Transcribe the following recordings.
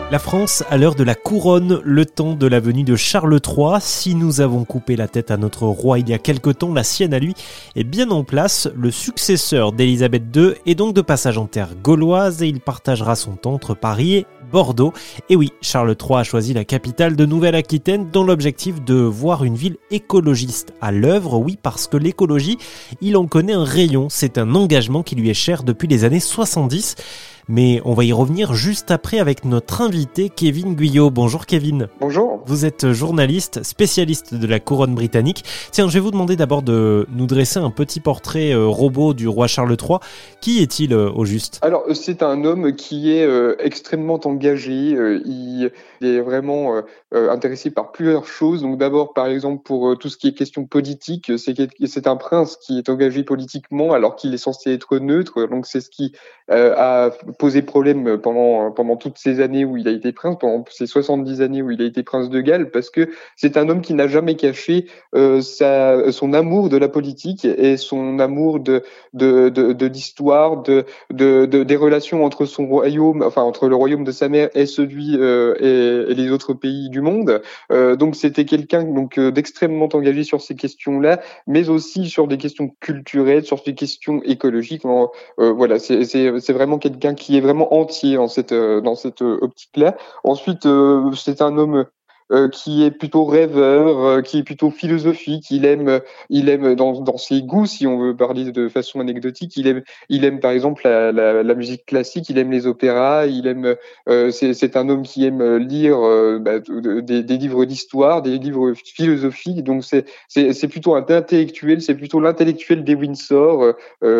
La France à l'heure de la couronne, le temps de la venue de Charles III. Si nous avons coupé la tête à notre roi il y a quelque temps, la sienne à lui est bien en place. Le successeur d'Élisabeth II est donc de passage en terre gauloise et il partagera son temps entre Paris et Bordeaux. Et oui, Charles III a choisi la capitale de Nouvelle-Aquitaine dans l'objectif de voir une ville écologiste à l'œuvre. Oui, parce que l'écologie, il en connaît un rayon. C'est un engagement qui lui est cher depuis les années 70. Mais on va y revenir juste après avec notre invité Kevin Guyot. Bonjour Kevin. Bonjour. Vous êtes journaliste, spécialiste de la couronne britannique. Tiens, je vais vous demander d'abord de nous dresser un petit portrait robot du roi Charles III. Qui est-il au juste ? Alors, c'est un homme qui est extrêmement engagé. Il est vraiment intéressé par plusieurs choses. Donc d'abord, par exemple, pour tout ce qui est question politique, c'est un prince qui est engagé politiquement alors qu'il est censé être neutre. Donc c'est ce qui a posé problème pendant toutes ces années où il a été prince, pendant ces 70 années où il a été prince de Galles, parce que c'est un homme qui n'a jamais caché son amour de la politique et son amour de l'histoire, des relations entre son royaume, enfin entre le royaume de sa mère et celui et les autres pays du monde. Donc c'était quelqu'un d'extrêmement engagé sur ces questions-là, mais aussi sur des questions culturelles, sur des questions écologiques. Voilà, c'est vraiment quelqu'un qui est vraiment entier dans cette optique-là. Ensuite, c'est un homme qui est plutôt rêveur, qui est plutôt philosophique. Il aime dans ses goûts, si on veut parler de façon anecdotique, il aime par exemple la musique classique, il aime les opéras, c'est un homme qui aime lire des livres d'histoire, des livres philosophiques. Donc c'est plutôt un intellectuel, c'est plutôt l'intellectuel des Windsor,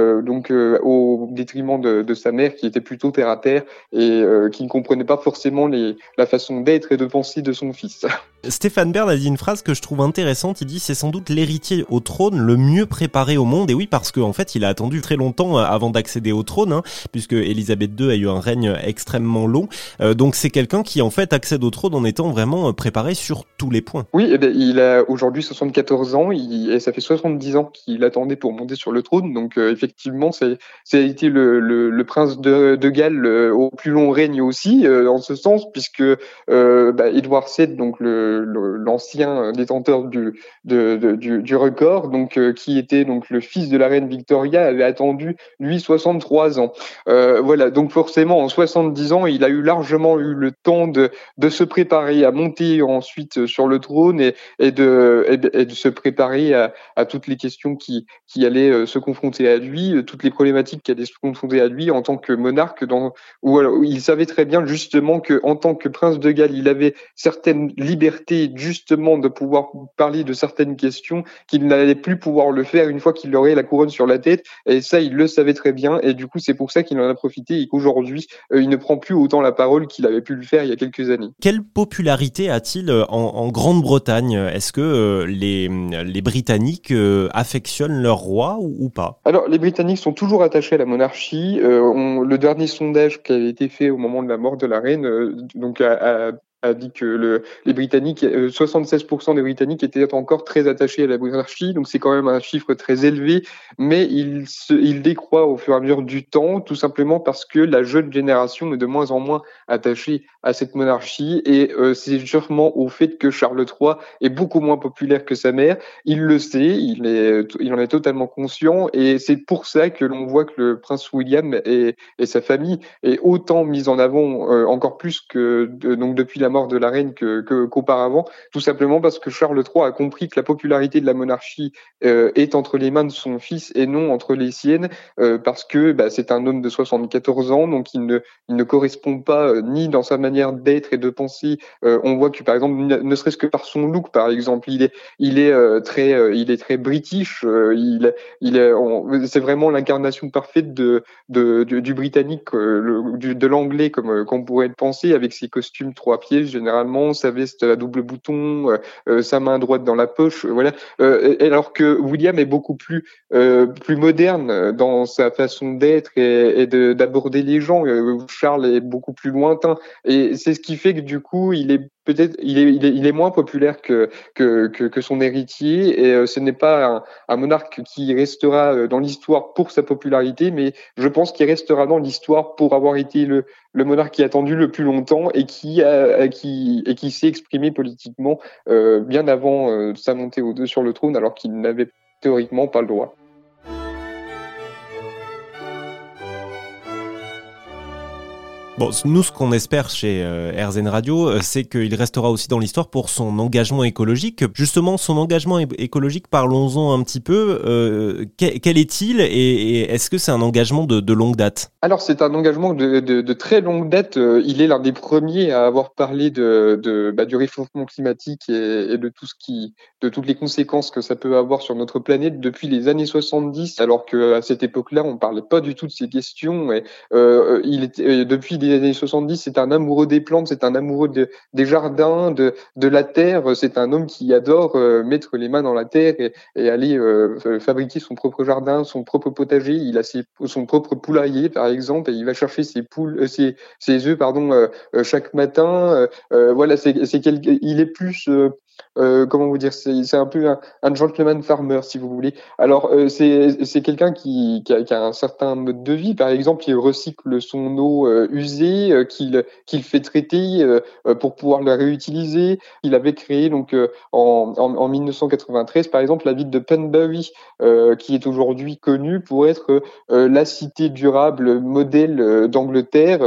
au détriment de sa mère qui était plutôt terre à terre et qui ne comprenait pas forcément la façon d'être et de penser de son fils. Stéphane Bern a dit une phrase que je trouve intéressante. Il dit c'est sans doute l'héritier au trône le mieux préparé au monde. Et oui, parce qu'en fait, il a attendu très longtemps avant d'accéder au trône, puisque Élisabeth II a eu un règne extrêmement long. Donc c'est quelqu'un qui en fait accède au trône en étant vraiment préparé sur tous les points. Oui, il a aujourd'hui 74 ans et ça fait 70 ans qu'il attendait pour monter sur le trône. Donc effectivement, ça a été le prince de Galles au plus long règne aussi, en ce sens, puisque Édouard VII, donc l'ancien détenteur du record, qui était donc le fils de la reine Victoria, avait attendu lui 63 ans. Voilà, donc forcément en 70 ans, il a largement eu le temps de se préparer à monter ensuite sur le trône et de se préparer à toutes les questions qui allaient se confronter à lui, toutes les problématiques qui allaient se confronter à lui en tant que monarque, où il savait très bien justement que en tant que prince de Galles, il avait certaines libertés justement de pouvoir parler de certaines questions qu'il n'allait plus pouvoir le faire une fois qu'il aurait la couronne sur la tête, et ça il le savait très bien, et du coup c'est pour ça qu'il en a profité et qu'aujourd'hui il ne prend plus autant la parole qu'il avait pu le faire il y a quelques années. Quelle popularité a-t-il en Grande-Bretagne ? Est-ce que les Britanniques affectionnent leur roi ou pas ? Alors, les Britanniques sont toujours attachés à la monarchie. Le dernier sondage qui avait été fait au moment de la mort de la reine, a dit que les Britanniques, 76% des Britanniques étaient encore très attachés à la monarchie, donc c'est quand même un chiffre très élevé, mais il décroît au fur et à mesure du temps, tout simplement parce que la jeune génération est de moins en moins attachée à cette monarchie, et c'est sûrement au fait que Charles III est beaucoup moins populaire que sa mère. Il le sait, il en est totalement conscient, et c'est pour ça que l'on voit que le prince William et sa famille est autant mise en avant, encore plus que depuis la mort de la reine qu'auparavant, tout simplement parce que Charles III a compris que la popularité de la monarchie est entre les mains de son fils et non entre les siennes, parce que c'est un homme de 74 ans, donc il ne correspond pas ni dans sa manière d'être et de penser. On voit que par exemple, ne serait-ce que par son look, par exemple, il est très british. C'est vraiment l'incarnation parfaite du britannique, de l'anglais, comme qu'on pourrait le penser, avec ses costumes 3 pieds généralement, sa veste à double bouton, sa main droite dans la poche, voilà. Alors que William est beaucoup plus moderne dans sa façon d'être et d'aborder les gens. Charles est beaucoup plus lointain, et c'est ce qui fait que du coup il est peut-être il est moins populaire que son héritier, et ce n'est pas un monarque qui restera dans l'histoire pour sa popularité, mais je pense qu'il restera dans l'histoire pour avoir été le monarque qui a attendu le plus longtemps et qui s'est exprimé politiquement bien avant sa montée sur le trône, alors qu'il n'avait théoriquement pas le droit. Bon, nous, ce qu'on espère chez RZN Radio, c'est qu'il restera aussi dans l'histoire pour son engagement écologique. Justement, son engagement écologique, parlons-en un petit peu. Quel est-il et est-ce que c'est un engagement de longue date ? Alors, c'est un engagement de très longue date. Il est l'un des premiers à avoir parlé du réchauffement climatique et de toutes les conséquences que ça peut avoir sur notre planète depuis les années 70, alors qu'à cette époque-là, on parlait pas du tout de ces questions. Et depuis les années 70, c'est un amoureux des plantes, c'est un amoureux des jardins, de la terre. C'est un homme qui adore mettre les mains dans la terre et aller fabriquer son propre jardin, son propre potager. Il a son propre poulailler, par exemple, et il va chercher ses œufs, chaque matin. Voilà, il est plus comment vous dire, c'est un peu un gentleman farmer, si vous voulez. Alors c'est quelqu'un qui a un certain mode de vie. Par exemple, il recycle son eau usée, qu'il fait traiter pour pouvoir la réutiliser. Il avait créé donc en 1993, par exemple, la ville de Penbury, qui est aujourd'hui connue pour être la cité durable modèle d'Angleterre,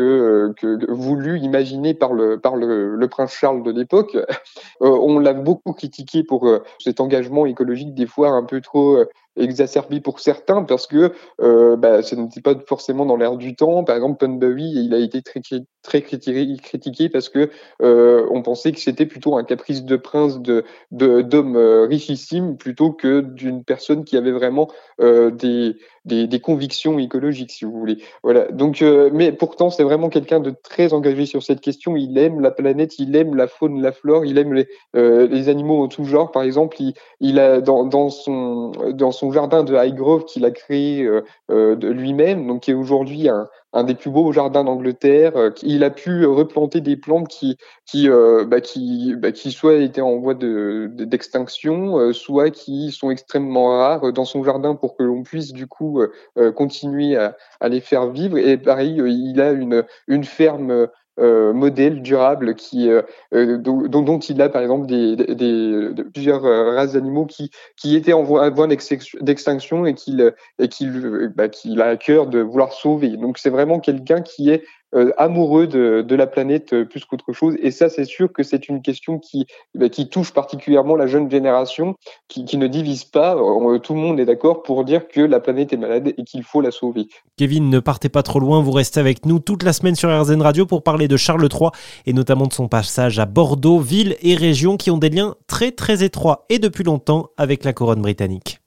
voulu, imaginé par le prince Charles de l'époque. On l'a beaucoup critiqué pour cet engagement écologique, des fois un peu trop exacerbé pour certains, parce que ça n'était pas forcément dans l'air du temps. Par exemple, Penbury, il a été très critiqué parce que on pensait que c'était plutôt un caprice de prince d'homme richissime, plutôt que d'une personne qui avait vraiment des convictions écologiques, si vous voulez. Voilà. Donc, mais pourtant, c'est vraiment quelqu'un de très engagé sur cette question. Il aime la planète, il aime la faune, la flore, il aime les animaux en tout genre. Par exemple, il a dans son jardin de Highgrove qu'il a créé de lui-même, donc qui est aujourd'hui un des plus beaux jardins d'Angleterre. Il a pu replanter des plantes qui soit étaient en voie d'extinction, soit qui sont extrêmement rares dans son jardin, pour que l'on puisse du coup continuer à les faire vivre. Et pareil, il a une ferme modèle durable dont il a par exemple plusieurs races d'animaux qui étaient en voie d'extinction et qu'il a à cœur de vouloir sauver. Donc c'est vraiment quelqu'un qui est amoureux de la planète plus qu'autre chose. Et ça, c'est sûr que c'est une question qui touche particulièrement la jeune génération, qui ne divise pas. Tout le monde est d'accord pour dire que la planète est malade et qu'il faut la sauver. Kevin, ne partez pas trop loin, vous restez avec nous toute la semaine sur RZN Radio pour parler de Charles III et notamment de son passage à Bordeaux, ville et région qui ont des liens très très étroits et depuis longtemps avec la couronne britannique.